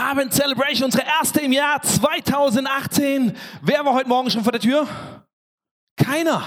Abend Celebration, unsere erste im Jahr 2018. Wer war heute Morgen schon vor der Tür? Keiner.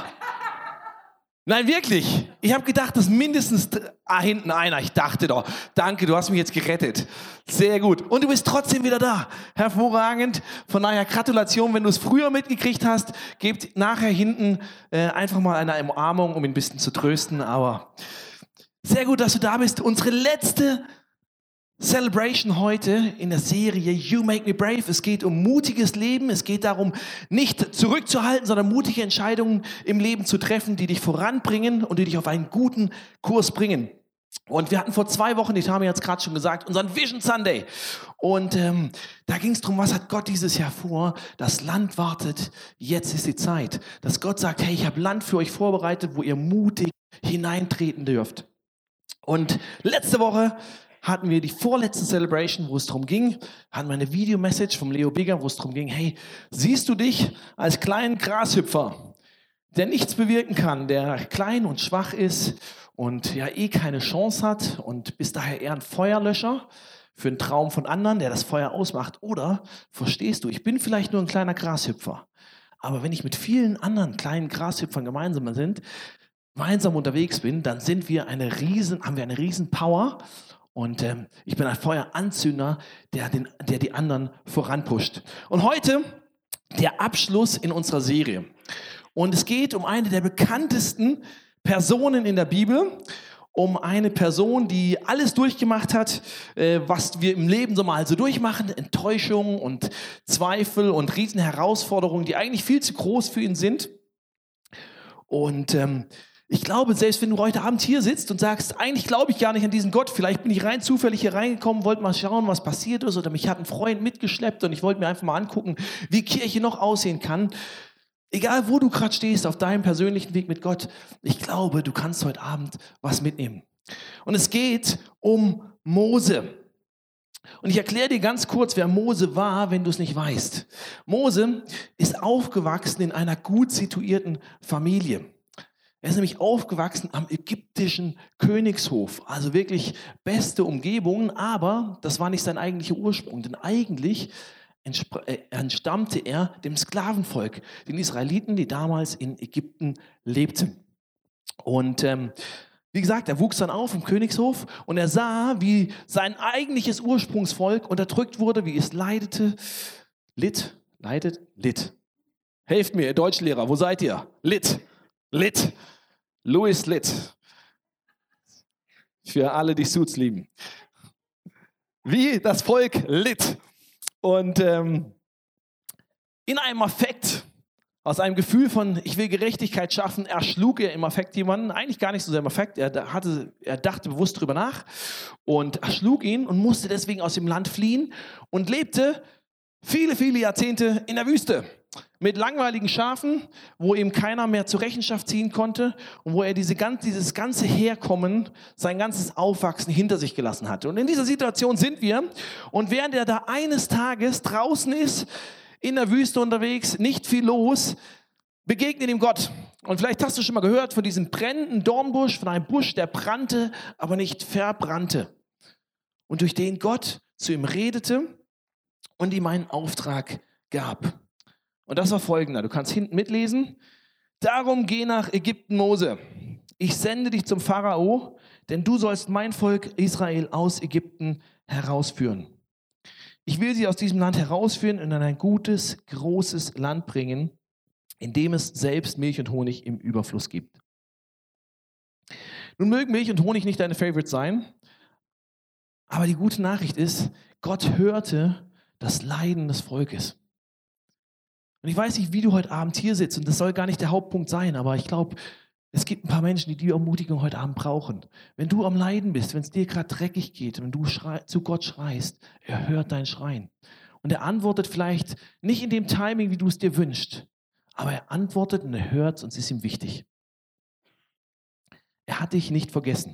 Nein, wirklich. Ich habe gedacht, dass mindestens hinten einer. Ich dachte doch, danke, du hast mich jetzt gerettet. Sehr gut. Und du bist trotzdem wieder da. Hervorragend. Von daher Gratulation, wenn du es früher mitgekriegt hast. Gebt nachher hinten einfach mal eine Umarmung, um ihn ein bisschen zu trösten. Aber sehr gut, dass du da bist. Unsere letzte Celebration heute in der Serie You Make Me Brave. Es geht um mutiges Leben. Es geht darum, nicht zurückzuhalten, sondern mutige Entscheidungen im Leben zu treffen, die dich voranbringen und die dich auf einen guten Kurs bringen. Und wir hatten vor 2 Wochen, die Tami hat es gerade schon gesagt, unseren Vision Sunday. Und da ging es darum, was hat Gott dieses Jahr vor? Das Land wartet, jetzt ist die Zeit. Dass Gott sagt, hey, ich habe Land für euch vorbereitet, wo ihr mutig hineintreten dürft. Und letzte Woche hatten wir die vorletzte Celebration, wo es darum ging, hatten wir eine Video-Message vom Leo Bigger, wo es darum ging, hey, siehst du dich als kleinen Grashüpfer, der nichts bewirken kann, der klein und schwach ist und ja keine Chance hat und bist daher eher ein Feuerlöscher für einen Traum von anderen, der das Feuer ausmacht? Oder verstehst du, ich bin vielleicht nur ein kleiner Grashüpfer, aber wenn ich mit vielen anderen kleinen Grashüpfern gemeinsam unterwegs bin, dann haben wir eine riesen Power. Und ich bin ein Feueranzünder, der die anderen voranpusht. Und heute der Abschluss in unserer Serie. Und es geht um eine der bekanntesten Personen in der Bibel, um eine Person, die alles durchgemacht hat, was wir im Leben so mal so durchmachen, Enttäuschung und Zweifel und riesen Herausforderungen, die eigentlich viel zu groß für ihn sind. Und ich glaube, selbst wenn du heute Abend hier sitzt und sagst, eigentlich glaube ich gar nicht an diesen Gott, vielleicht bin ich rein zufällig hier reingekommen, wollte mal schauen, was passiert ist, oder mich hat ein Freund mitgeschleppt und ich wollte mir einfach mal angucken, wie Kirche noch aussehen kann. Egal, wo du gerade stehst auf deinem persönlichen Weg mit Gott, ich glaube, du kannst heute Abend was mitnehmen. Und es geht um Mose. Und ich erkläre dir ganz kurz, wer Mose war, wenn du es nicht weißt. Mose ist aufgewachsen in einer gut situierten Familie. Er ist nämlich aufgewachsen am ägyptischen Königshof, also wirklich beste Umgebungen, aber das war nicht sein eigentlicher Ursprung, denn eigentlich entstammte er dem Sklavenvolk, den Israeliten, die damals in Ägypten lebten. Und wie gesagt, er wuchs dann auf im Königshof und er sah, wie sein eigentliches Ursprungsvolk unterdrückt wurde, wie es litt. Helft mir, ihr Deutschlehrer, wo seid ihr? Litt. Louis Litt. Für alle, die Suits lieben. Wie das Volk litt. Und in einem Affekt, aus einem Gefühl von, ich will Gerechtigkeit schaffen, erschlug er im Affekt jemanden, eigentlich gar nicht so sehr im Affekt, er dachte bewusst drüber nach und erschlug ihn und musste deswegen aus dem Land fliehen und lebte viele, viele Jahrzehnte in der Wüste. Mit langweiligen Schafen, wo ihm keiner mehr zur Rechenschaft ziehen konnte und wo er dieses ganze Herkommen, sein ganzes Aufwachsen hinter sich gelassen hatte. Und in dieser Situation sind wir. Und während er da eines Tages draußen ist, in der Wüste unterwegs, nicht viel los, begegnet ihm Gott. Und vielleicht hast du schon mal gehört von diesem brennenden Dornbusch, von einem Busch, der brannte, aber nicht verbrannte. Und durch den Gott zu ihm redete und ihm einen Auftrag gab. Und das war folgender, du kannst hinten mitlesen. Darum geh nach Ägypten, Mose. Ich sende dich zum Pharao, denn du sollst mein Volk Israel aus Ägypten herausführen. Ich will sie aus diesem Land herausführen und in ein gutes, großes Land bringen, in dem es selbst Milch und Honig im Überfluss gibt. Nun mögen Milch und Honig nicht deine Favorites sein, aber die gute Nachricht ist, Gott hörte das Leiden des Volkes. Und ich weiß nicht, wie du heute Abend hier sitzt und das soll gar nicht der Hauptpunkt sein, aber ich glaube, es gibt ein paar Menschen, die die Ermutigung heute Abend brauchen. Wenn du am Leiden bist, wenn es dir gerade dreckig geht, wenn du zu Gott schreist, er hört dein Schreien. Und er antwortet vielleicht nicht in dem Timing, wie du es dir wünschst, aber er antwortet und er hört und es ist ihm wichtig. Er hat dich nicht vergessen.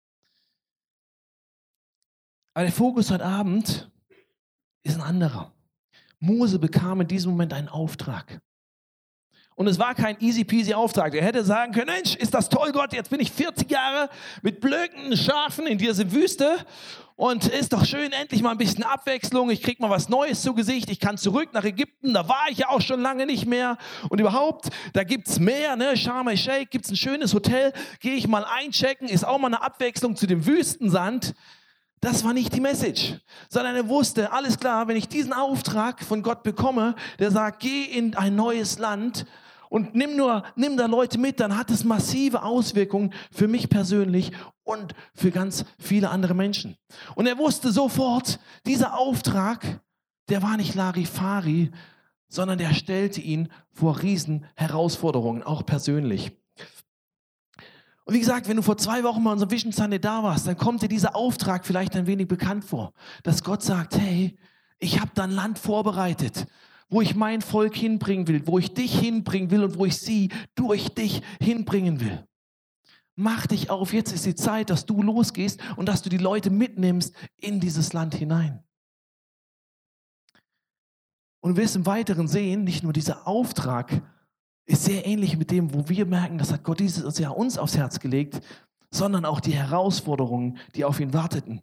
Aber der Fokus heute Abend ist ein anderer. Mose bekam in diesem Moment einen Auftrag. Und es war kein easy-peasy Auftrag. Er hätte sagen können, Mensch, ist das toll, Gott, jetzt bin ich 40 Jahre mit blöken Schafen in dieser Wüste Und ist doch schön, endlich mal ein bisschen Abwechslung. Ich krieg mal was Neues zu Gesicht. Ich kann zurück nach Ägypten. Da war ich ja auch schon lange nicht mehr. Und überhaupt, da gibt's mehr, ne? Sharm el-Sheikh, gibt's ein schönes Hotel. Gehe ich mal einchecken. Ist auch mal eine Abwechslung zu dem Wüstensand. Das war nicht die Message, sondern er wusste, alles klar, wenn ich diesen Auftrag von Gott bekomme, der sagt, geh in ein neues Land und nimm da Leute mit, dann hat es massive Auswirkungen für mich persönlich und für ganz viele andere Menschen. Und er wusste sofort, dieser Auftrag, der war nicht Larifari, sondern der stellte ihn vor riesen Herausforderungen, auch persönlich. Und wie gesagt, wenn du vor 2 Wochen mal in unserem Vision Sunday da warst, dann kommt dir dieser Auftrag vielleicht ein wenig bekannt vor, dass Gott sagt, hey, ich habe da ein Land vorbereitet, wo ich mein Volk hinbringen will, wo ich dich hinbringen will und wo ich sie durch dich hinbringen will. Mach dich auf, jetzt ist die Zeit, dass du losgehst und dass du die Leute mitnimmst in dieses Land hinein. Und wir wirst im Weiteren sehen, nicht nur dieser Auftrag ist sehr ähnlich mit dem, wo wir merken, das hat Gott dieses Jahr uns aufs Herz gelegt, sondern auch die Herausforderungen, die auf ihn warteten.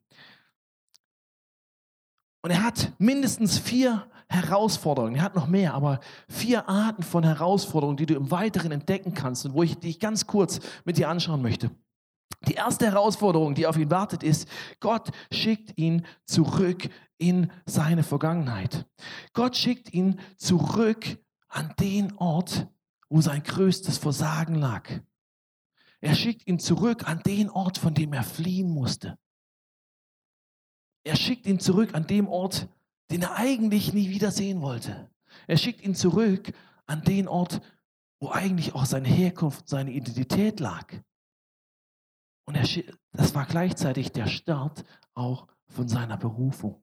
Und er hat mindestens 4 Herausforderungen, er hat noch mehr, aber 4 Arten von Herausforderungen, die du im Weiteren entdecken kannst und die ich ganz kurz mit dir anschauen möchte. Die erste Herausforderung, die auf ihn wartet, ist, Gott schickt ihn zurück in seine Vergangenheit. Gott schickt ihn zurück an den Ort, wo sein größtes Versagen lag. Er schickt ihn zurück an den Ort, von dem er fliehen musste. Er schickt ihn zurück an den Ort, den er eigentlich nie wiedersehen wollte. Er schickt ihn zurück an den Ort, wo eigentlich auch seine Herkunft, seine Identität lag. Und das war gleichzeitig der Start auch von seiner Berufung.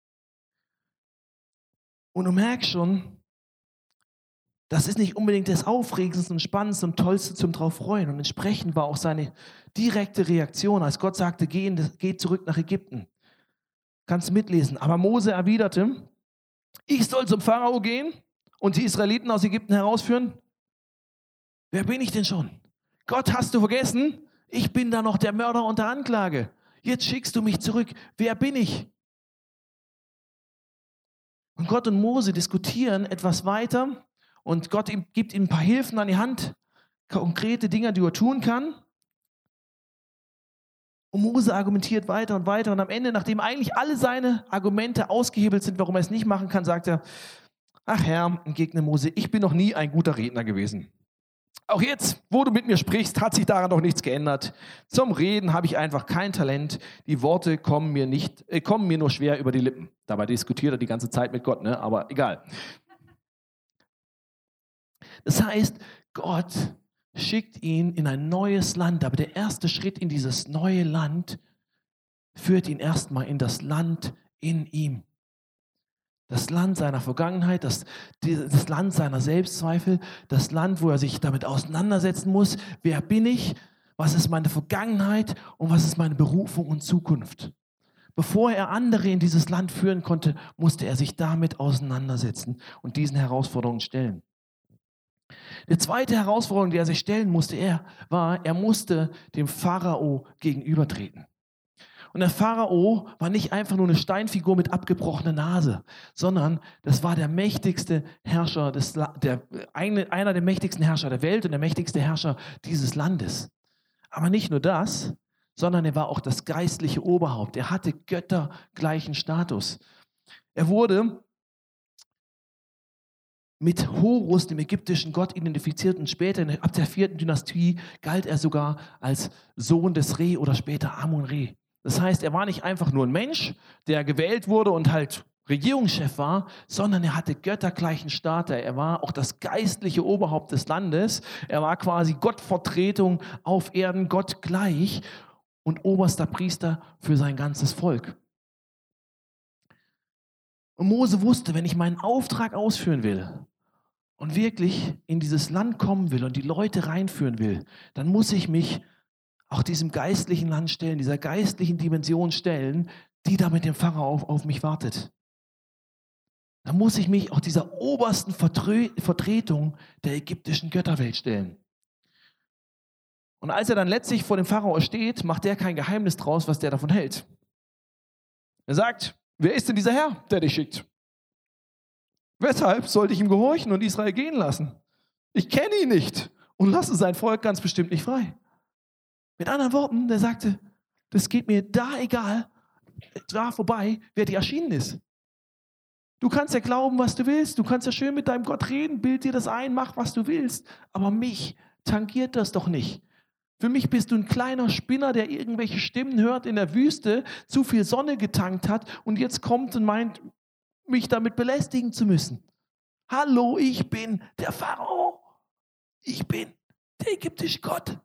Und du merkst schon, das ist nicht unbedingt das Aufregendste und Spannendste und Tollste zum drauf freuen. Und entsprechend war auch seine direkte Reaktion, als Gott sagte, geh zurück nach Ägypten. Kannst mitlesen. Aber Mose erwiderte, ich soll zum Pharao gehen und die Israeliten aus Ägypten herausführen? Wer bin ich denn schon? Gott, hast du vergessen? Ich bin da noch der Mörder unter Anklage. Jetzt schickst du mich zurück. Wer bin ich? Und Gott und Mose diskutieren etwas weiter und Gott gibt ihm ein paar Hilfen an die Hand, konkrete Dinge, die er tun kann. Und Mose argumentiert weiter und weiter und am Ende, nachdem eigentlich alle seine Argumente ausgehebelt sind, warum er es nicht machen kann, sagt er, ach Herr, entgegnet Mose, ich bin noch nie ein guter Redner gewesen. Auch jetzt, wo du mit mir sprichst, hat sich daran noch nichts geändert. Zum Reden habe ich einfach kein Talent. Die Worte kommen mir nur schwer über die Lippen. Dabei diskutiert er die ganze Zeit mit Gott, ne? Aber egal. Das heißt, Gott schickt ihn in ein neues Land, aber der erste Schritt in dieses neue Land führt ihn erstmal in das Land in ihm. Das Land seiner Vergangenheit, das Land seiner Selbstzweifel, das Land, wo er sich damit auseinandersetzen muss. Wer bin ich? Was ist meine Vergangenheit? Und was ist meine Berufung und Zukunft? Bevor er andere in dieses Land führen konnte, musste er sich damit auseinandersetzen und diesen Herausforderungen stellen. Die zweite Herausforderung, die er sich stellen musste, er musste dem Pharao gegenübertreten. Und der Pharao war nicht einfach nur eine Steinfigur mit abgebrochener Nase, sondern das war der mächtigste Herrscher, einer der mächtigsten Herrscher der Welt und der mächtigste Herrscher dieses Landes. Aber nicht nur das, sondern er war auch das geistliche Oberhaupt. Er hatte göttergleichen Status. Er wurde mit Horus, dem ägyptischen Gott, identifiziert und später, ab der 4. Dynastie, galt er sogar als Sohn des Re oder später Amun-Re. Das heißt, er war nicht einfach nur ein Mensch, der gewählt wurde und halt Regierungschef war, sondern er hatte göttergleichen Status. Er war auch das geistliche Oberhaupt des Landes. Er war quasi Gottvertretung auf Erden, Gott gleich und oberster Priester für sein ganzes Volk. Und Mose wusste, wenn ich meinen Auftrag ausführen will und wirklich in dieses Land kommen will und die Leute reinführen will, dann muss ich mich auch diesem geistlichen Land stellen, dieser geistlichen Dimension stellen, die da mit dem Pharao auf mich wartet. Da muss ich mich auch dieser obersten Vertretung der ägyptischen Götterwelt stellen. Und als er dann letztlich vor dem Pharao steht, macht er kein Geheimnis draus, was der davon hält. Er sagt, wer ist denn dieser Herr, der dich schickt? Weshalb sollte ich ihm gehorchen und Israel gehen lassen? Ich kenne ihn nicht und lasse sein Volk ganz bestimmt nicht frei. Mit anderen Worten, der sagte, das geht mir da egal, da vorbei, wer dir erschienen ist. Du kannst ja glauben, was du willst. Du kannst ja schön mit deinem Gott reden, bild dir das ein, mach, was du willst. Aber mich tangiert das doch nicht. Für mich bist du ein kleiner Spinner, der irgendwelche Stimmen hört in der Wüste, zu viel Sonne getankt hat und jetzt kommt und meint, mich damit belästigen zu müssen. Hallo, ich bin der Pharao. Ich bin der ägyptische Gott.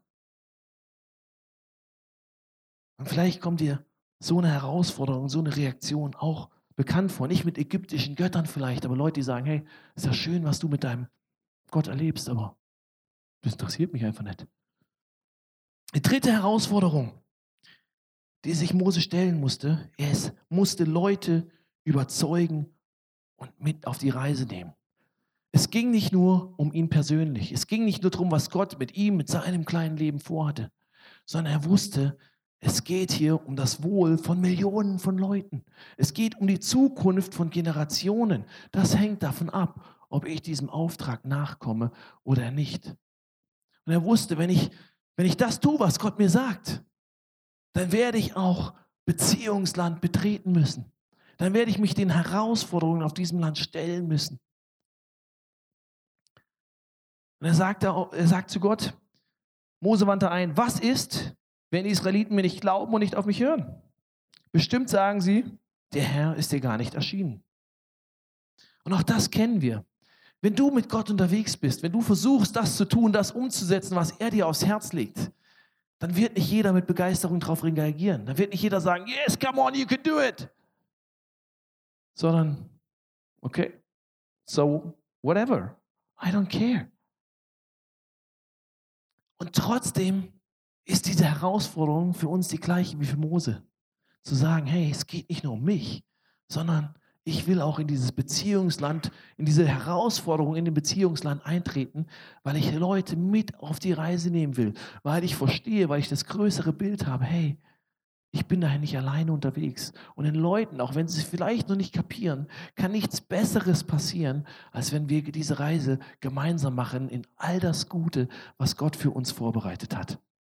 Und vielleicht kommt dir so eine Herausforderung, so eine Reaktion auch bekannt vor. Nicht mit ägyptischen Göttern vielleicht, aber Leute, die sagen, hey, ist ja schön, was du mit deinem Gott erlebst, aber das interessiert mich einfach nicht. Die dritte Herausforderung, die sich Mose stellen musste, er musste Leute überzeugen und mit auf die Reise nehmen. Es ging nicht nur um ihn persönlich. Es ging nicht nur darum, was Gott mit ihm, mit seinem kleinen Leben vorhatte, sondern er wusste, es geht hier um das Wohl von Millionen von Leuten. Es geht um die Zukunft von Generationen. Das hängt davon ab, ob ich diesem Auftrag nachkomme oder nicht. Und er wusste, wenn ich das tue, was Gott mir sagt, dann werde ich auch Beziehungsland betreten müssen. Dann werde ich mich den Herausforderungen auf diesem Land stellen müssen. Und er sagt zu Gott, Mose wandte ein, was ist, wenn die Israeliten mir nicht glauben und nicht auf mich hören? Bestimmt sagen sie, der Herr ist dir gar nicht erschienen. Und auch das kennen wir. Wenn du mit Gott unterwegs bist, wenn du versuchst, das zu tun, das umzusetzen, was er dir aufs Herz legt, dann wird nicht jeder mit Begeisterung darauf reagieren. Dann wird nicht jeder sagen, yes, come on, you can do it. Sondern, okay, so whatever, I don't care. Und trotzdem ist diese Herausforderung für uns die gleiche wie für Mose. Zu sagen, hey, es geht nicht nur um mich, sondern ich will auch in dieses Beziehungsland, in diese Herausforderung in dem Beziehungsland eintreten, weil ich Leute mit auf die Reise nehmen will, weil ich verstehe, weil ich das größere Bild habe, hey, ich bin daher nicht alleine unterwegs. Und den Leuten, auch wenn sie es vielleicht noch nicht kapieren, kann nichts Besseres passieren, als wenn wir diese Reise gemeinsam machen in all das Gute, was Gott für uns vorbereitet hat.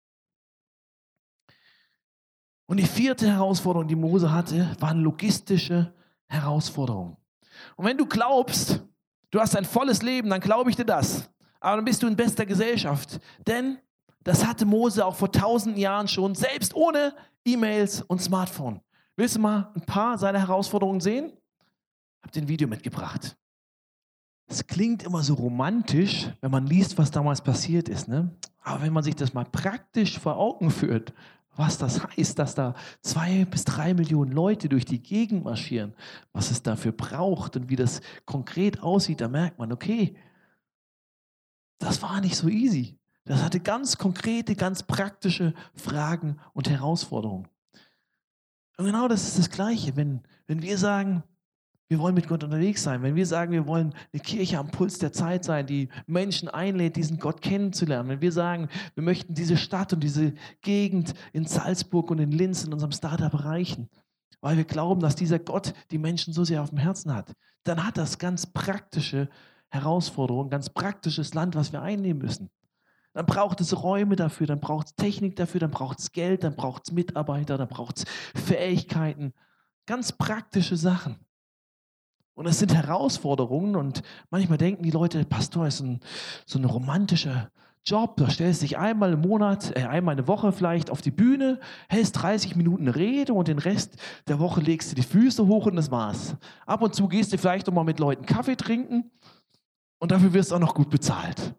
Und die vierte Herausforderung, die Mose hatte, waren logistische Herausforderungen. Und wenn du glaubst, du hast ein volles Leben, dann glaube ich dir das. Aber dann bist du in bester Gesellschaft. Denn das hatte Mose auch vor 1000 Jahren schon, selbst ohne E-Mails und Smartphone. Willst du mal ein paar seiner Herausforderungen sehen? Ich habe dir ein Video mitgebracht. Es klingt immer so romantisch, wenn man liest, was damals passiert ist, ne? Aber wenn man sich das mal praktisch vor Augen führt, was das heißt, dass da 2 bis 3 Millionen Leute durch die Gegend marschieren, was es dafür braucht und wie das konkret aussieht, da merkt man, okay, das war nicht so easy. Das hatte ganz konkrete, ganz praktische Fragen und Herausforderungen. Und genau das ist das Gleiche, wenn wir sagen, wir wollen mit Gott unterwegs sein, wenn wir sagen, wir wollen eine Kirche am Puls der Zeit sein, die Menschen einlädt, diesen Gott kennenzulernen, wenn wir sagen, wir möchten diese Stadt und diese Gegend in Salzburg und in Linz in unserem Startup erreichen, weil wir glauben, dass dieser Gott die Menschen so sehr auf dem Herzen hat, dann hat das ganz praktische Herausforderungen, ganz praktisches Land, was wir einnehmen müssen. Dann braucht es Räume dafür, dann braucht es Technik dafür, dann braucht es Geld, dann braucht es Mitarbeiter, dann braucht es Fähigkeiten, ganz praktische Sachen. Und es sind Herausforderungen und manchmal denken die Leute, Pastor ist so ein romantischer Job, da stellst du dich einmal im Monat, einmal eine Woche vielleicht auf die Bühne, hältst 30 Minuten Rede und den Rest der Woche legst du die Füße hoch und das war's. Ab und zu gehst du vielleicht noch mal mit Leuten Kaffee trinken und dafür wirst du auch noch gut bezahlt.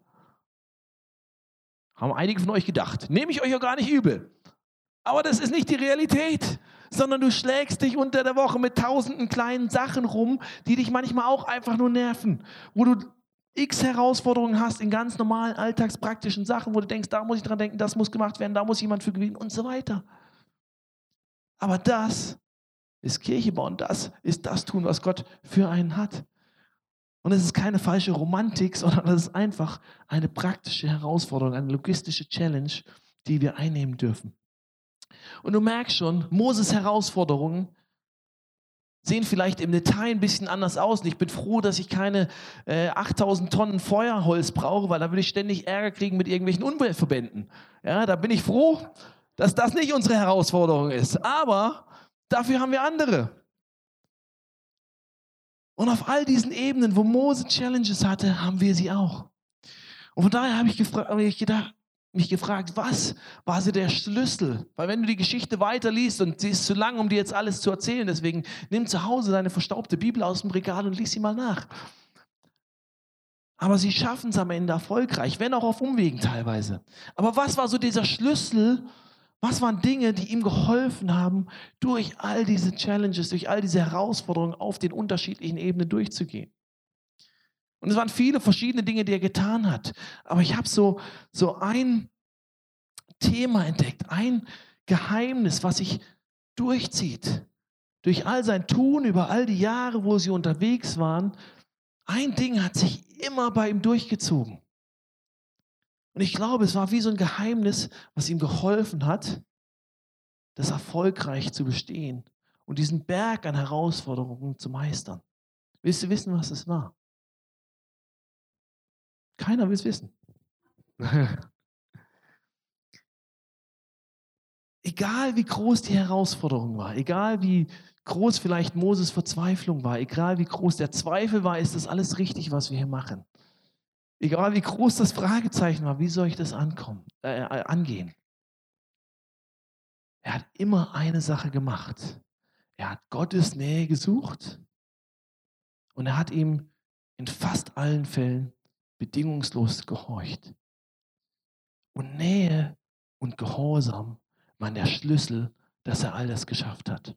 Haben einige von euch gedacht. Nehme ich euch ja gar nicht übel. Aber das ist nicht die Realität, sondern du schlägst dich unter der Woche mit tausenden kleinen Sachen rum, die dich manchmal auch einfach nur nerven. Wo du x Herausforderungen hast in ganz normalen, alltagspraktischen Sachen, wo du denkst, da muss ich dran denken, das muss gemacht werden, da muss jemand für gewinnen und so weiter. Aber das ist Kirche bauen, das ist das tun, was Gott für einen hat. Und es ist keine falsche Romantik, sondern es ist einfach eine praktische Herausforderung, eine logistische Challenge, die wir einnehmen dürfen. Und du merkst schon, Moses Herausforderungen sehen vielleicht im Detail ein bisschen anders aus. Und ich bin froh, dass ich keine 8000 Tonnen Feuerholz brauche, weil da würde ich ständig Ärger kriegen mit irgendwelchen Umweltverbänden. Ja, da bin ich froh, dass das nicht unsere Herausforderung ist. Aber dafür haben wir andere. Und auf all diesen Ebenen, wo Mose Challenges hatte, haben wir sie auch. Und von daher habe ich mich gefragt, was war so der Schlüssel? Weil wenn du die Geschichte weiterliest, und sie ist zu lang, um dir jetzt alles zu erzählen, deswegen nimm zu Hause deine verstaubte Bibel aus dem Regal und lies sie mal nach. Aber sie schaffen es am Ende erfolgreich, wenn auch auf Umwegen teilweise. Aber was war so dieser Schlüssel? Was waren Dinge, die ihm geholfen haben, durch all diese Challenges, durch all diese Herausforderungen auf den unterschiedlichen Ebenen durchzugehen? Und es waren viele verschiedene Dinge, die er getan hat. Aber ich habe so ein Thema entdeckt, ein Geheimnis, was sich durchzieht. Durch all sein Tun, über all die Jahre, wo sie unterwegs waren. Ein Ding hat sich immer bei ihm durchgezogen. Und ich glaube, es war wie so ein Geheimnis, was ihm geholfen hat, das erfolgreich zu bestehen und diesen Berg an Herausforderungen zu meistern. Willst du wissen, was es war? Keiner will es wissen. Egal wie groß die Herausforderung war, egal wie groß vielleicht Moses Verzweiflung war, egal wie groß der Zweifel war, ist das alles richtig, was wir hier machen. Egal wie groß das Fragezeichen war, wie soll ich das angehen? Er hat immer eine Sache gemacht. Er hat Gottes Nähe gesucht und er hat ihm in fast allen Fällen bedingungslos gehorcht. Und Nähe und Gehorsam waren der Schlüssel, dass er all das geschafft hat.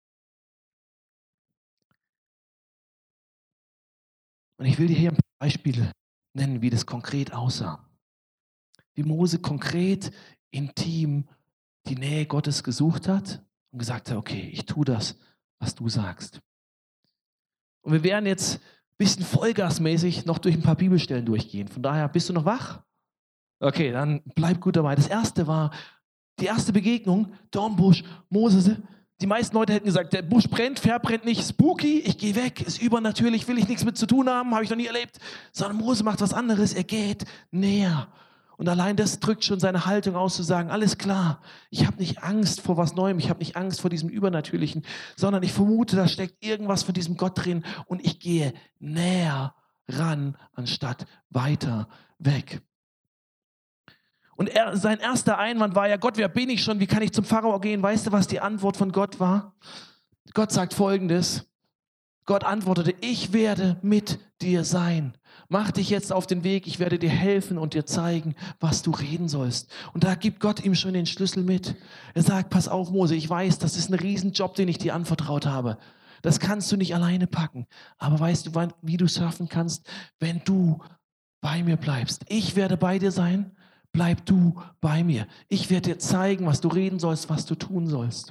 Und ich will dir hier ein paar Beispiele nennen, wie das konkret aussah. Wie Mose konkret, intim die Nähe Gottes gesucht hat und gesagt hat, okay, ich tue das, was du sagst. Und wir werden jetzt ein bisschen vollgasmäßig noch durch ein paar Bibelstellen durchgehen. Von daher, bist du noch wach? Okay, dann bleib gut dabei. Das erste war die erste Begegnung, Dornbusch, Mose. Die meisten Leute hätten gesagt, der Busch brennt, verbrennt nicht, spooky, ich gehe weg, ist übernatürlich, will ich nichts mit zu tun haben, habe ich noch nie erlebt. Sondern Mose macht was anderes, er geht näher. Und allein das drückt schon seine Haltung aus, zu sagen, alles klar, ich habe nicht Angst vor was Neuem, ich habe nicht Angst vor diesem Übernatürlichen, sondern ich vermute, da steckt irgendwas von diesem Gott drin und ich gehe näher ran, anstatt weiter weg. Und sein erster Einwand war ja, Gott, wer bin ich schon, wie kann ich zum Pharao gehen? Weißt du, was die Antwort von Gott war? Gott sagt Folgendes. Gott antwortete, ich werde mit dir sein. Mach dich jetzt auf den Weg, ich werde dir helfen und dir zeigen, was du reden sollst. Und da gibt Gott ihm schon den Schlüssel mit. Er sagt, pass auf Mose, ich weiß, das ist ein Riesenjob, den ich dir anvertraut habe. Das kannst du nicht alleine packen. Aber weißt du, wie du surfen kannst? Wenn du bei mir bleibst. Ich werde bei dir sein, bleib du bei mir. Ich werde dir zeigen, was du reden sollst, was du tun sollst.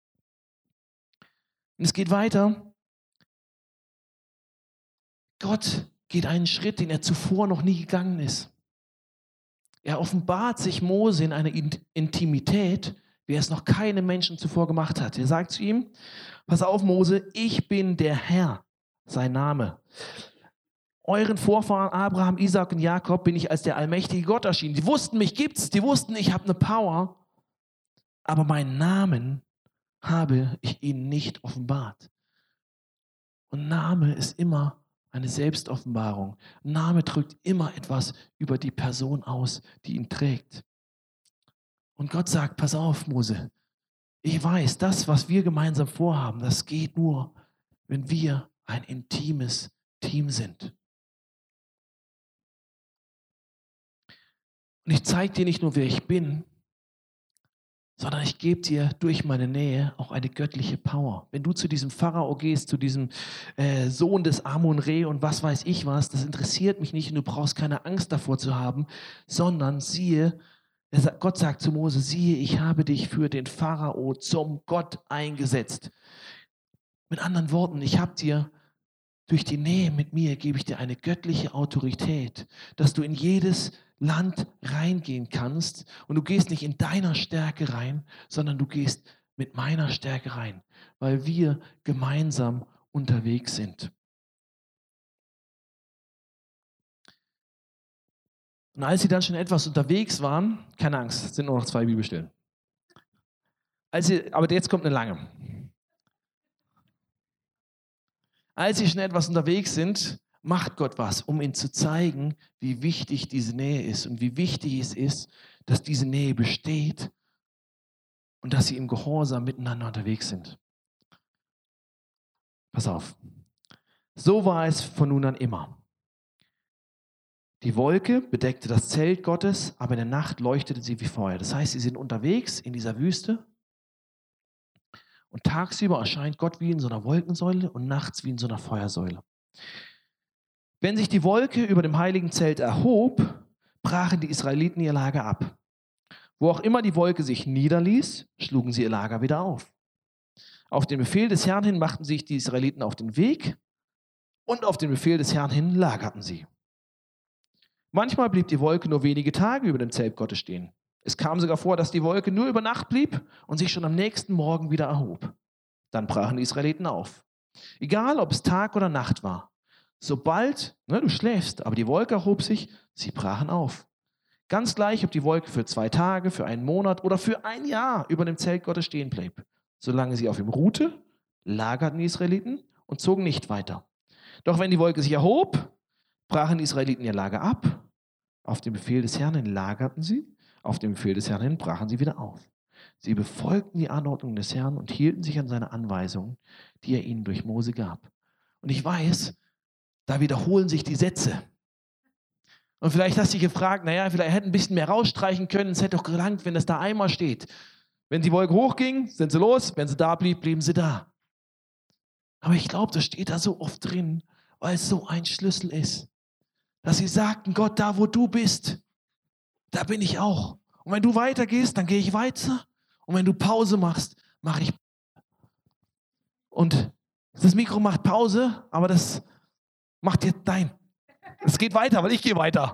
Und es geht weiter. Gott geht einen Schritt, den er zuvor noch nie gegangen ist. Er offenbart sich Mose in einer Intimität, wie er es noch keinem Menschen zuvor gemacht hat. Er sagt zu ihm, pass auf Mose, ich bin der Herr, sein Name. Euren Vorfahren Abraham, Isaac und Jakob bin ich als der allmächtige Gott erschienen. Die wussten, mich gibt's, die wussten, ich habe eine Power, aber meinen Namen habe ich ihnen nicht offenbart. Und Name ist immer eine Selbstoffenbarung. Name drückt immer etwas über die Person aus, die ihn trägt. Und Gott sagt, pass auf, Mose, ich weiß, das, was wir gemeinsam vorhaben, das geht nur, wenn wir ein intimes Team sind. Und ich zeige dir nicht nur, wer ich bin, sondern ich gebe dir durch meine Nähe auch eine göttliche Power. Wenn du zu diesem Pharao gehst, zu diesem Sohn des Amun-Re und was weiß ich was, das interessiert mich nicht und du brauchst keine Angst davor zu haben, sondern siehe, Gott sagt zu Mose, siehe, ich habe dich für den Pharao zum Gott eingesetzt. Mit anderen Worten, ich habe dir durch die Nähe mit mir, gebe ich dir eine göttliche Autorität, dass du in jedes Land reingehen kannst und du gehst nicht in deiner Stärke rein, sondern du gehst mit meiner Stärke rein, weil wir gemeinsam unterwegs sind. Und als sie dann schon etwas unterwegs waren, keine Angst, es sind nur noch 2 Bibelstellen. Aber jetzt kommt eine lange. Als sie schon etwas unterwegs sind, macht Gott was, um ihnen zu zeigen, wie wichtig diese Nähe ist und wie wichtig es ist, dass diese Nähe besteht und dass sie im Gehorsam miteinander unterwegs sind. Pass auf. So war es von nun an immer. Die Wolke bedeckte das Zelt Gottes, aber in der Nacht leuchtete sie wie Feuer. Das heißt, sie sind unterwegs in dieser Wüste und tagsüber erscheint Gott wie in so einer Wolkensäule und nachts wie in so einer Feuersäule. Wenn sich die Wolke über dem heiligen Zelt erhob, brachen die Israeliten ihr Lager ab. Wo auch immer die Wolke sich niederließ, schlugen sie ihr Lager wieder auf. Auf den Befehl des Herrn hin machten sich die Israeliten auf den Weg und auf den Befehl des Herrn hin lagerten sie. Manchmal blieb die Wolke nur wenige Tage über dem Zelt Gottes stehen. Es kam sogar vor, dass die Wolke nur über Nacht blieb und sich schon am nächsten Morgen wieder erhob. Dann brachen die Israeliten auf. Egal, ob es Tag oder Nacht war. Sobald, du schläfst, aber die Wolke erhob sich, sie brachen auf. Ganz gleich, ob die Wolke für 2 Tage, für einen Monat oder für ein Jahr über dem Zelt Gottes stehen blieb. Solange sie auf ihm ruhte, lagerten die Israeliten und zogen nicht weiter. Doch wenn die Wolke sich erhob, brachen die Israeliten ihr Lager ab. Auf den Befehl des Herrn hin lagerten sie, auf den Befehl des Herrn hin brachen sie wieder auf. Sie befolgten die Anordnung des Herrn und hielten sich an seine Anweisungen, die er ihnen durch Mose gab. Und ich weiß, da wiederholen sich die Sätze. Und vielleicht hast du dich gefragt, vielleicht hätten ein bisschen mehr rausstreichen können, es hätte doch gelangt, wenn das da einmal steht. Wenn die Wolke hochging, sind sie los, wenn sie da blieb, blieben sie da. Aber ich glaube, das steht da so oft drin, weil es so ein Schlüssel ist. Dass sie sagten, Gott, da wo du bist, da bin ich auch. Und wenn du weitergehst, dann gehe ich weiter. Und wenn du Pause machst, mache ich. Und das Mikro macht Pause, aber das macht jetzt dein. Es geht weiter, weil ich gehe weiter.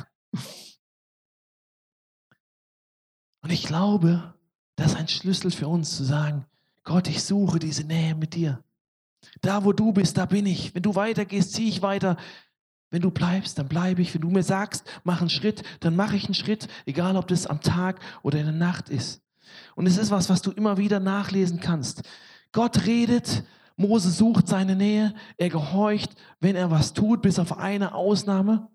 Und ich glaube, das ist ein Schlüssel für uns zu sagen, Gott, ich suche diese Nähe mit dir. Da, wo du bist, da bin ich. Wenn du weitergehst, ziehe ich weiter. Wenn du bleibst, dann bleibe ich. Wenn du mir sagst, mach einen Schritt, dann mache ich einen Schritt, egal ob das am Tag oder in der Nacht ist. Und es ist was du immer wieder nachlesen kannst. Gott redet, Mose sucht seine Nähe, er gehorcht, wenn er was tut, bis auf eine Ausnahme.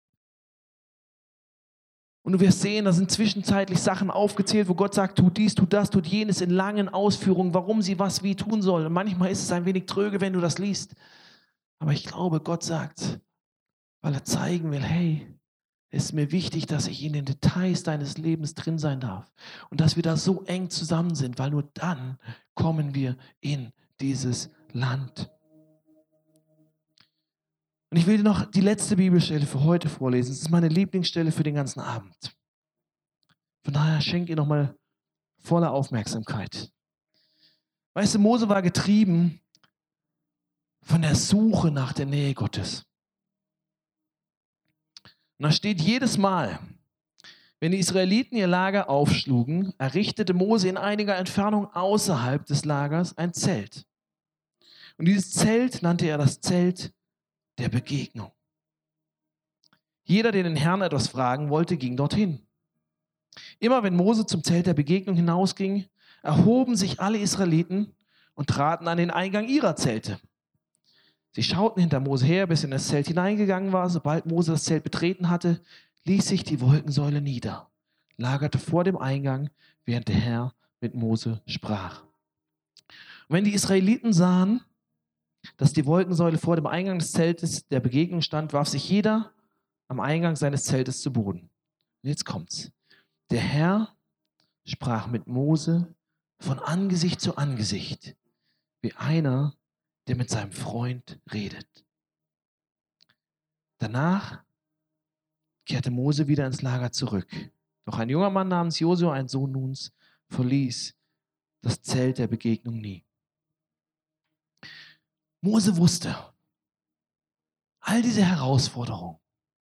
Und du wirst sehen, da sind zwischenzeitlich Sachen aufgezählt, wo Gott sagt, tut dies, tut das, tut jenes in langen Ausführungen, warum sie was wie tun soll. Und manchmal ist es ein wenig tröge, wenn du das liest. Aber ich glaube, Gott sagt, weil er zeigen will, hey, es ist mir wichtig, dass ich in den Details deines Lebens drin sein darf. Und dass wir da so eng zusammen sind, weil nur dann kommen wir in dieses Land. Und ich will dir noch die letzte Bibelstelle für heute vorlesen. Das ist meine Lieblingsstelle für den ganzen Abend. Von daher schenkt ihr nochmal voller Aufmerksamkeit. Weißt du, Mose war getrieben von der Suche nach der Nähe Gottes. Und da steht jedes Mal, wenn die Israeliten ihr Lager aufschlugen, errichtete Mose in einiger Entfernung außerhalb des Lagers ein Zelt. Und dieses Zelt nannte er das Zelt der Begegnung. Jeder, der den Herrn etwas fragen wollte, ging dorthin. Immer wenn Mose zum Zelt der Begegnung hinausging, erhoben sich alle Israeliten und traten an den Eingang ihrer Zelte. Sie schauten hinter Mose her, bis er in das Zelt hineingegangen war. Sobald Mose das Zelt betreten hatte, ließ sich die Wolkensäule nieder, lagerte vor dem Eingang, während der Herr mit Mose sprach. Und wenn die Israeliten sahen, dass die Wolkensäule vor dem Eingang des Zeltes der Begegnung stand, warf sich jeder am Eingang seines Zeltes zu Boden. Und jetzt kommt's. Der Herr sprach mit Mose von Angesicht zu Angesicht, wie einer, der mit seinem Freund redet. Danach kehrte Mose wieder ins Lager zurück. Doch ein junger Mann namens Josua, ein Sohn Nuns, verließ das Zelt der Begegnung nie. Mose wusste, all diese Herausforderungen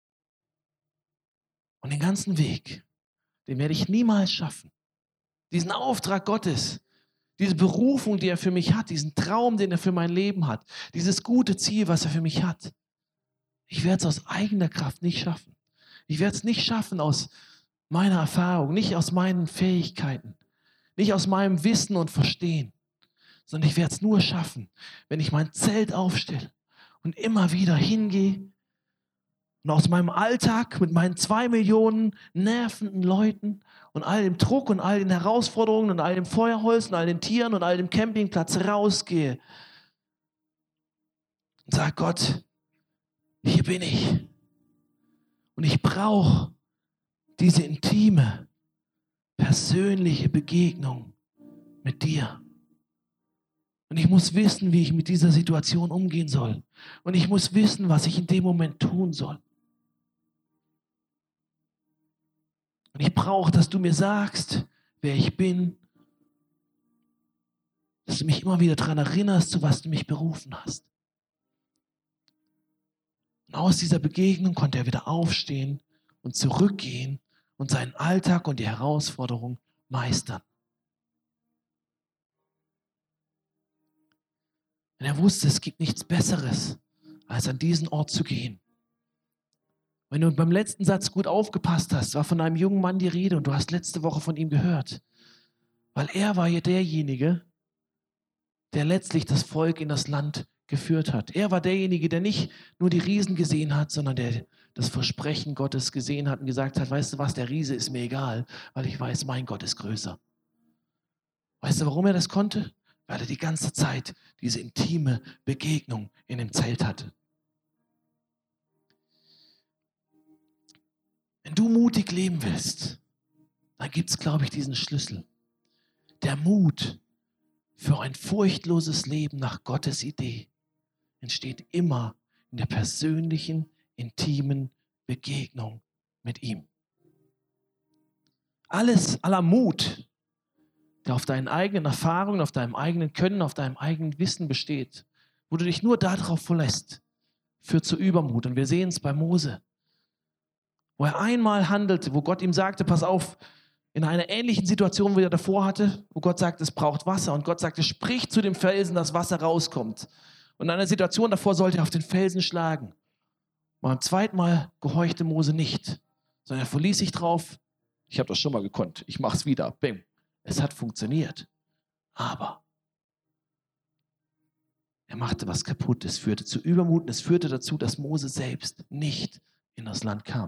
und den ganzen Weg, den werde ich niemals schaffen. Diesen Auftrag Gottes, Diese Berufung, die er für mich hat, diesen Traum, den er für mein Leben hat, dieses gute Ziel, was er für mich hat. Ich werde es aus eigener Kraft nicht schaffen. Ich werde es nicht schaffen aus meiner Erfahrung, nicht aus meinen Fähigkeiten, nicht aus meinem Wissen und Verstehen, sondern ich werde es nur schaffen, wenn ich mein Zelt aufstelle und immer wieder hingehe und aus meinem Alltag mit meinen 2 Millionen nervenden Leuten und all dem Druck und all den Herausforderungen und all dem Feuerholz und all den Tieren und all dem Campingplatz rausgehe und sage, Gott, hier bin ich. Und ich brauche diese intime, persönliche Begegnung mit dir. Und ich muss wissen, wie ich mit dieser Situation umgehen soll. Und ich muss wissen, was ich in dem Moment tun soll. Und ich brauche, dass du mir sagst, wer ich bin. Dass du mich immer wieder daran erinnerst, zu was du mich berufen hast. Und aus dieser Begegnung konnte er wieder aufstehen und zurückgehen und seinen Alltag und die Herausforderung meistern. Und er wusste, es gibt nichts Besseres, als an diesen Ort zu gehen. Wenn du beim letzten Satz gut aufgepasst hast, war von einem jungen Mann die Rede und du hast letzte Woche von ihm gehört. Weil er war ja derjenige, der letztlich das Volk in das Land geführt hat. Er war derjenige, der nicht nur die Riesen gesehen hat, sondern der das Versprechen Gottes gesehen hat und gesagt hat, weißt du was, der Riese ist mir egal, weil ich weiß, mein Gott ist größer. Weißt du, warum er das konnte? Weil er die ganze Zeit diese intime Begegnung in dem Zelt hatte. Wenn du mutig leben willst, dann gibt es, glaube ich, diesen Schlüssel. Der Mut für ein furchtloses Leben nach Gottes Idee entsteht immer in der persönlichen, intimen Begegnung mit ihm. Aller Mut, der auf deinen eigenen Erfahrungen, auf deinem eigenen Können, auf deinem eigenen Wissen besteht, wo du dich nur darauf verlässt, führt zu Übermut. Und wir sehen es bei Mose, wo er einmal handelte, wo Gott ihm sagte, pass auf, in einer ähnlichen Situation, wie er davor hatte, wo Gott sagt, es braucht Wasser. Und Gott sagte, sprich zu dem Felsen, dass Wasser rauskommt. Und in einer Situation davor sollte er auf den Felsen schlagen. Und beim zweiten Mal gehorchte Mose nicht, sondern er verließ sich drauf. Ich habe das schon mal gekonnt, ich mache es wieder. Bing. Es hat funktioniert. Aber er machte was kaputt. Es führte zu Übermut und es führte dazu, dass Mose selbst nicht in das Land kam.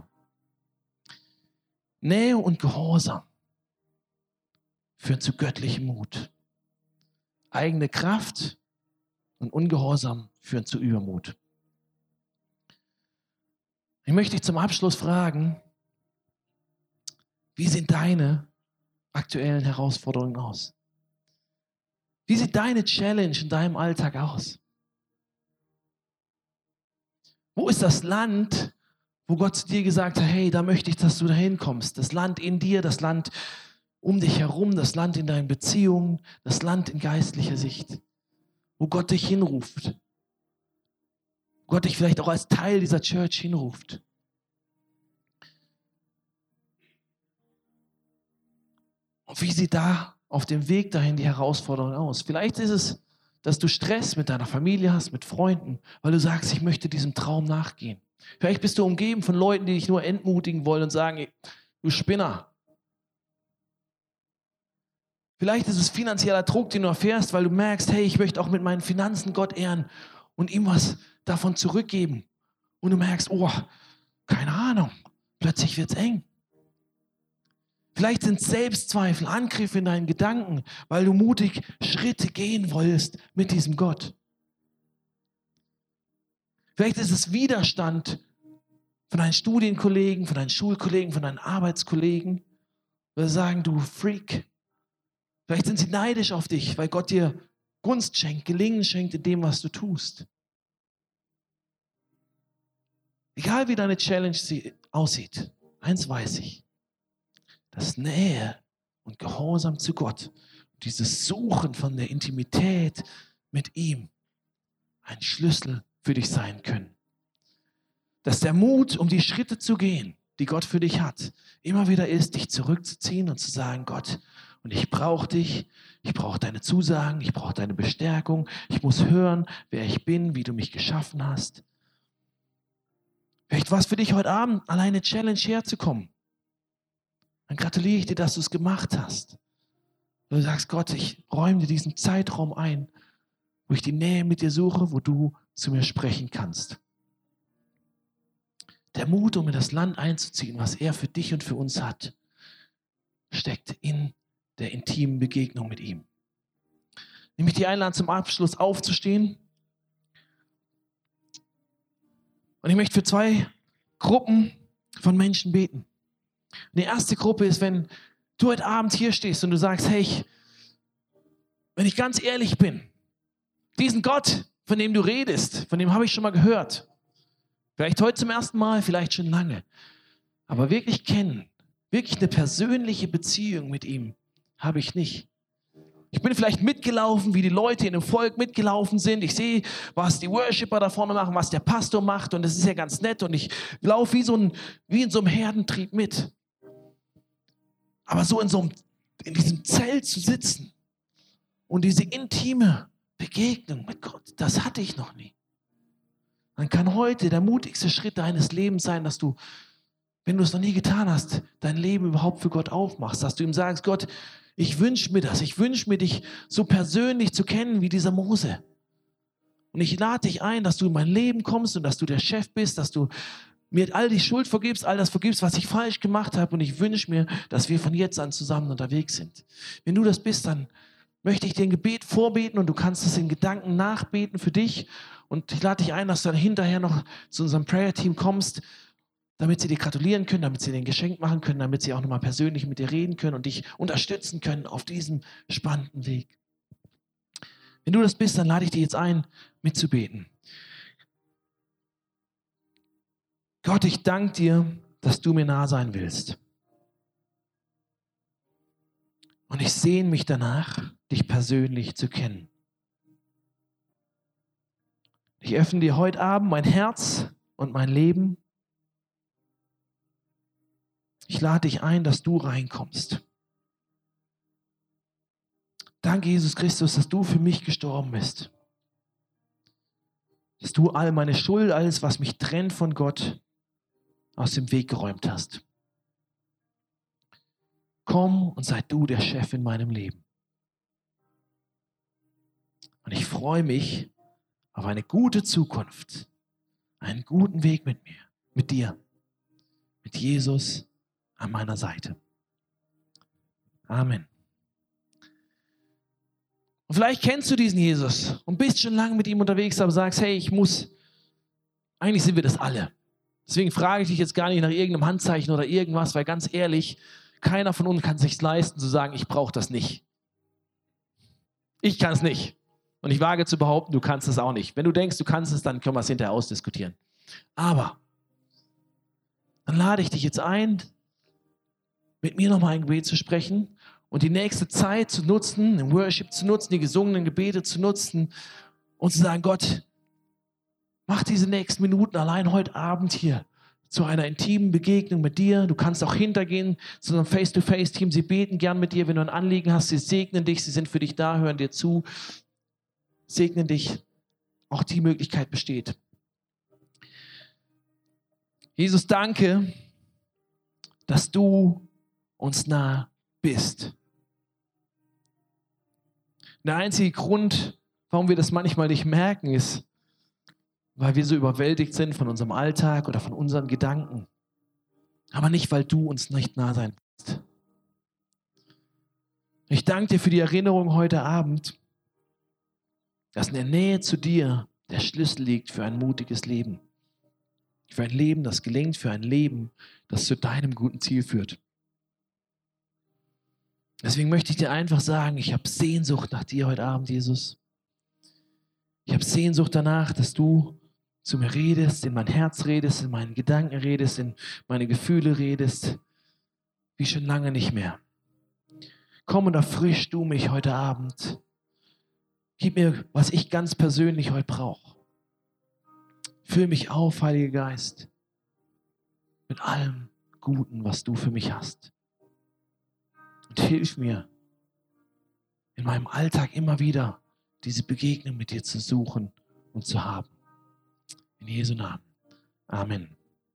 Nähe und Gehorsam führen zu göttlichem Mut. Eigene Kraft und Ungehorsam führen zu Übermut. Ich möchte dich zum Abschluss fragen, wie sehen deine aktuellen Herausforderungen aus? Wie sieht deine Challenge in deinem Alltag aus? Wo ist das Land, wo Gott zu dir gesagt hat, hey, da möchte ich, dass du dahin kommst. Das Land in dir, das Land um dich herum, das Land in deinen Beziehungen, das Land in geistlicher Sicht, wo Gott dich hinruft. Wo Gott dich vielleicht auch als Teil dieser Church hinruft. Und wie sieht da auf dem Weg dahin die Herausforderung aus? Vielleicht ist es, dass du Stress mit deiner Familie hast, mit Freunden, weil du sagst, ich möchte diesem Traum nachgehen. Vielleicht bist du umgeben von Leuten, die dich nur entmutigen wollen und sagen, du Spinner. Vielleicht ist es finanzieller Druck, den du erfährst, weil du merkst, hey, ich möchte auch mit meinen Finanzen Gott ehren und ihm was davon zurückgeben. Und du merkst, oh, keine Ahnung, plötzlich wird es eng. Vielleicht sind es Selbstzweifel, Angriffe in deinen Gedanken, weil du mutig Schritte gehen wolltest mit diesem Gott. Vielleicht ist es Widerstand von deinen Studienkollegen, von deinen Schulkollegen, von deinen Arbeitskollegen, weil sie sagen, du Freak. Vielleicht sind sie neidisch auf dich, weil Gott dir Gunst schenkt, Gelingen schenkt in dem, was du tust. Egal wie deine Challenge aussieht, eins weiß ich, dass Nähe und Gehorsam zu Gott, dieses Suchen von der Intimität mit ihm, ein Schlüssel für dich sein können. Dass der Mut, um die Schritte zu gehen, die Gott für dich hat, immer wieder ist, dich zurückzuziehen und zu sagen, Gott, Und ich brauche dich, ich brauche deine Zusagen, ich brauche deine Bestärkung. Ich muss hören, wer ich bin, wie du mich geschaffen hast. Vielleicht war es für dich heute Abend, alleine Challenge herzukommen. Dann gratuliere ich dir, dass du es gemacht hast. Und du sagst, Gott, ich räume dir diesen Zeitraum ein, wo ich die Nähe mit dir suche, wo du zu mir sprechen kannst. Der Mut, um in das Land einzuziehen, was er für dich und für uns hat, steckt in der intimen Begegnung mit ihm. Nämlich die Einladung zum Abschluss aufzustehen. Und ich möchte für 2 Gruppen von Menschen beten. Und die erste Gruppe ist, wenn du heute Abend hier stehst und du sagst, hey, wenn ich ganz ehrlich bin, diesen Gott, von dem du redest, von dem habe ich schon mal gehört. Vielleicht heute zum ersten Mal, vielleicht schon lange. Aber wirklich kennen, wirklich eine persönliche Beziehung mit ihm habe ich nicht. Ich bin vielleicht mitgelaufen, wie die Leute in dem Volk mitgelaufen sind. Ich sehe, was die Worshipper da vorne machen, was der Pastor macht. Und das ist ja ganz nett. Und ich laufe wie in so einem Herdentrieb mit. Aber so in diesem Zelt zu sitzen und diese intime Begegnung mit Gott, das hatte ich noch nie. Dann kann heute der mutigste Schritt deines Lebens sein, dass du, wenn du es noch nie getan hast, dein Leben überhaupt für Gott aufmachst. Dass du ihm sagst, Gott, ich wünsche mir das. Ich wünsche mir, dich so persönlich zu kennen wie dieser Mose. Und ich lade dich ein, dass du in mein Leben kommst und dass du der Chef bist, dass du mir all die Schuld vergibst, all das vergibst, was ich falsch gemacht habe. Und ich wünsche mir, dass wir von jetzt an zusammen unterwegs sind. Wenn du das bist, dann möchte ich dir ein Gebet vorbeten und du kannst es in Gedanken nachbeten für dich. Und ich lade dich ein, dass du dann hinterher noch zu unserem Prayer-Team kommst, damit sie dir gratulieren können, damit sie dir ein Geschenk machen können, damit sie auch nochmal persönlich mit dir reden können und dich unterstützen können auf diesem spannenden Weg. Wenn du das bist, dann lade ich dich jetzt ein, mitzubeten. Gott, ich danke dir, dass du mir nah sein willst. Und ich sehne mich danach, dich persönlich zu kennen. Ich öffne dir heute Abend mein Herz und mein Leben. Ich lade dich ein, dass du reinkommst. Danke, Jesus Christus, dass du für mich gestorben bist. Dass du all meine Schuld, alles, was mich trennt von Gott, aus dem Weg geräumt hast. Komm und sei du der Chef in meinem Leben. Und ich freue mich auf eine gute Zukunft, einen guten Weg mit dir, mit Jesus an meiner Seite. Amen. Und vielleicht kennst du diesen Jesus und bist schon lange mit ihm unterwegs, aber sagst, hey, eigentlich sind wir das alle. Deswegen frage ich dich jetzt gar nicht nach irgendeinem Handzeichen oder irgendwas, weil ganz ehrlich, keiner von uns kann es sich leisten zu sagen, ich brauche das nicht. Ich kann es nicht. Und ich wage zu behaupten, du kannst es auch nicht. Wenn du denkst, du kannst es, dann können wir es hinterher ausdiskutieren. Aber dann lade ich dich jetzt ein, mit mir nochmal ein Gebet zu sprechen und die nächste Zeit zu nutzen, im Worship zu nutzen, die gesungenen Gebete zu nutzen und zu sagen, Gott, mach diese nächsten Minuten allein heute Abend hier zu einer intimen Begegnung mit dir. Du kannst auch hintergehen zu einem Face-to-Face-Team. Sie beten gern mit dir, wenn du ein Anliegen hast. Sie segnen dich, sie sind für dich da, hören dir zu. Segnen dich. Auch die Möglichkeit besteht. Jesus, danke, dass du uns nah bist. Der einzige Grund, warum wir das manchmal nicht merken, ist, weil wir so überwältigt sind von unserem Alltag oder von unseren Gedanken. Aber nicht, weil du uns nicht nah sein willst. Ich danke dir für die Erinnerung heute Abend, dass in der Nähe zu dir der Schlüssel liegt für ein mutiges Leben. Für ein Leben, das gelingt, für ein Leben, das zu deinem guten Ziel führt. Deswegen möchte ich dir einfach sagen, ich habe Sehnsucht nach dir heute Abend, Jesus. Ich habe Sehnsucht danach, dass du zu mir redest, in mein Herz redest, in meinen Gedanken redest, in meine Gefühle redest, wie schon lange nicht mehr. Komm und erfrisch du mich heute Abend. Gib mir, was ich ganz persönlich heute brauche. Füll mich auf, Heiliger Geist, mit allem Guten, was du für mich hast. Und hilf mir, meinem Alltag immer wieder diese Begegnung mit dir zu suchen und zu haben. In Jesu Namen. Amen.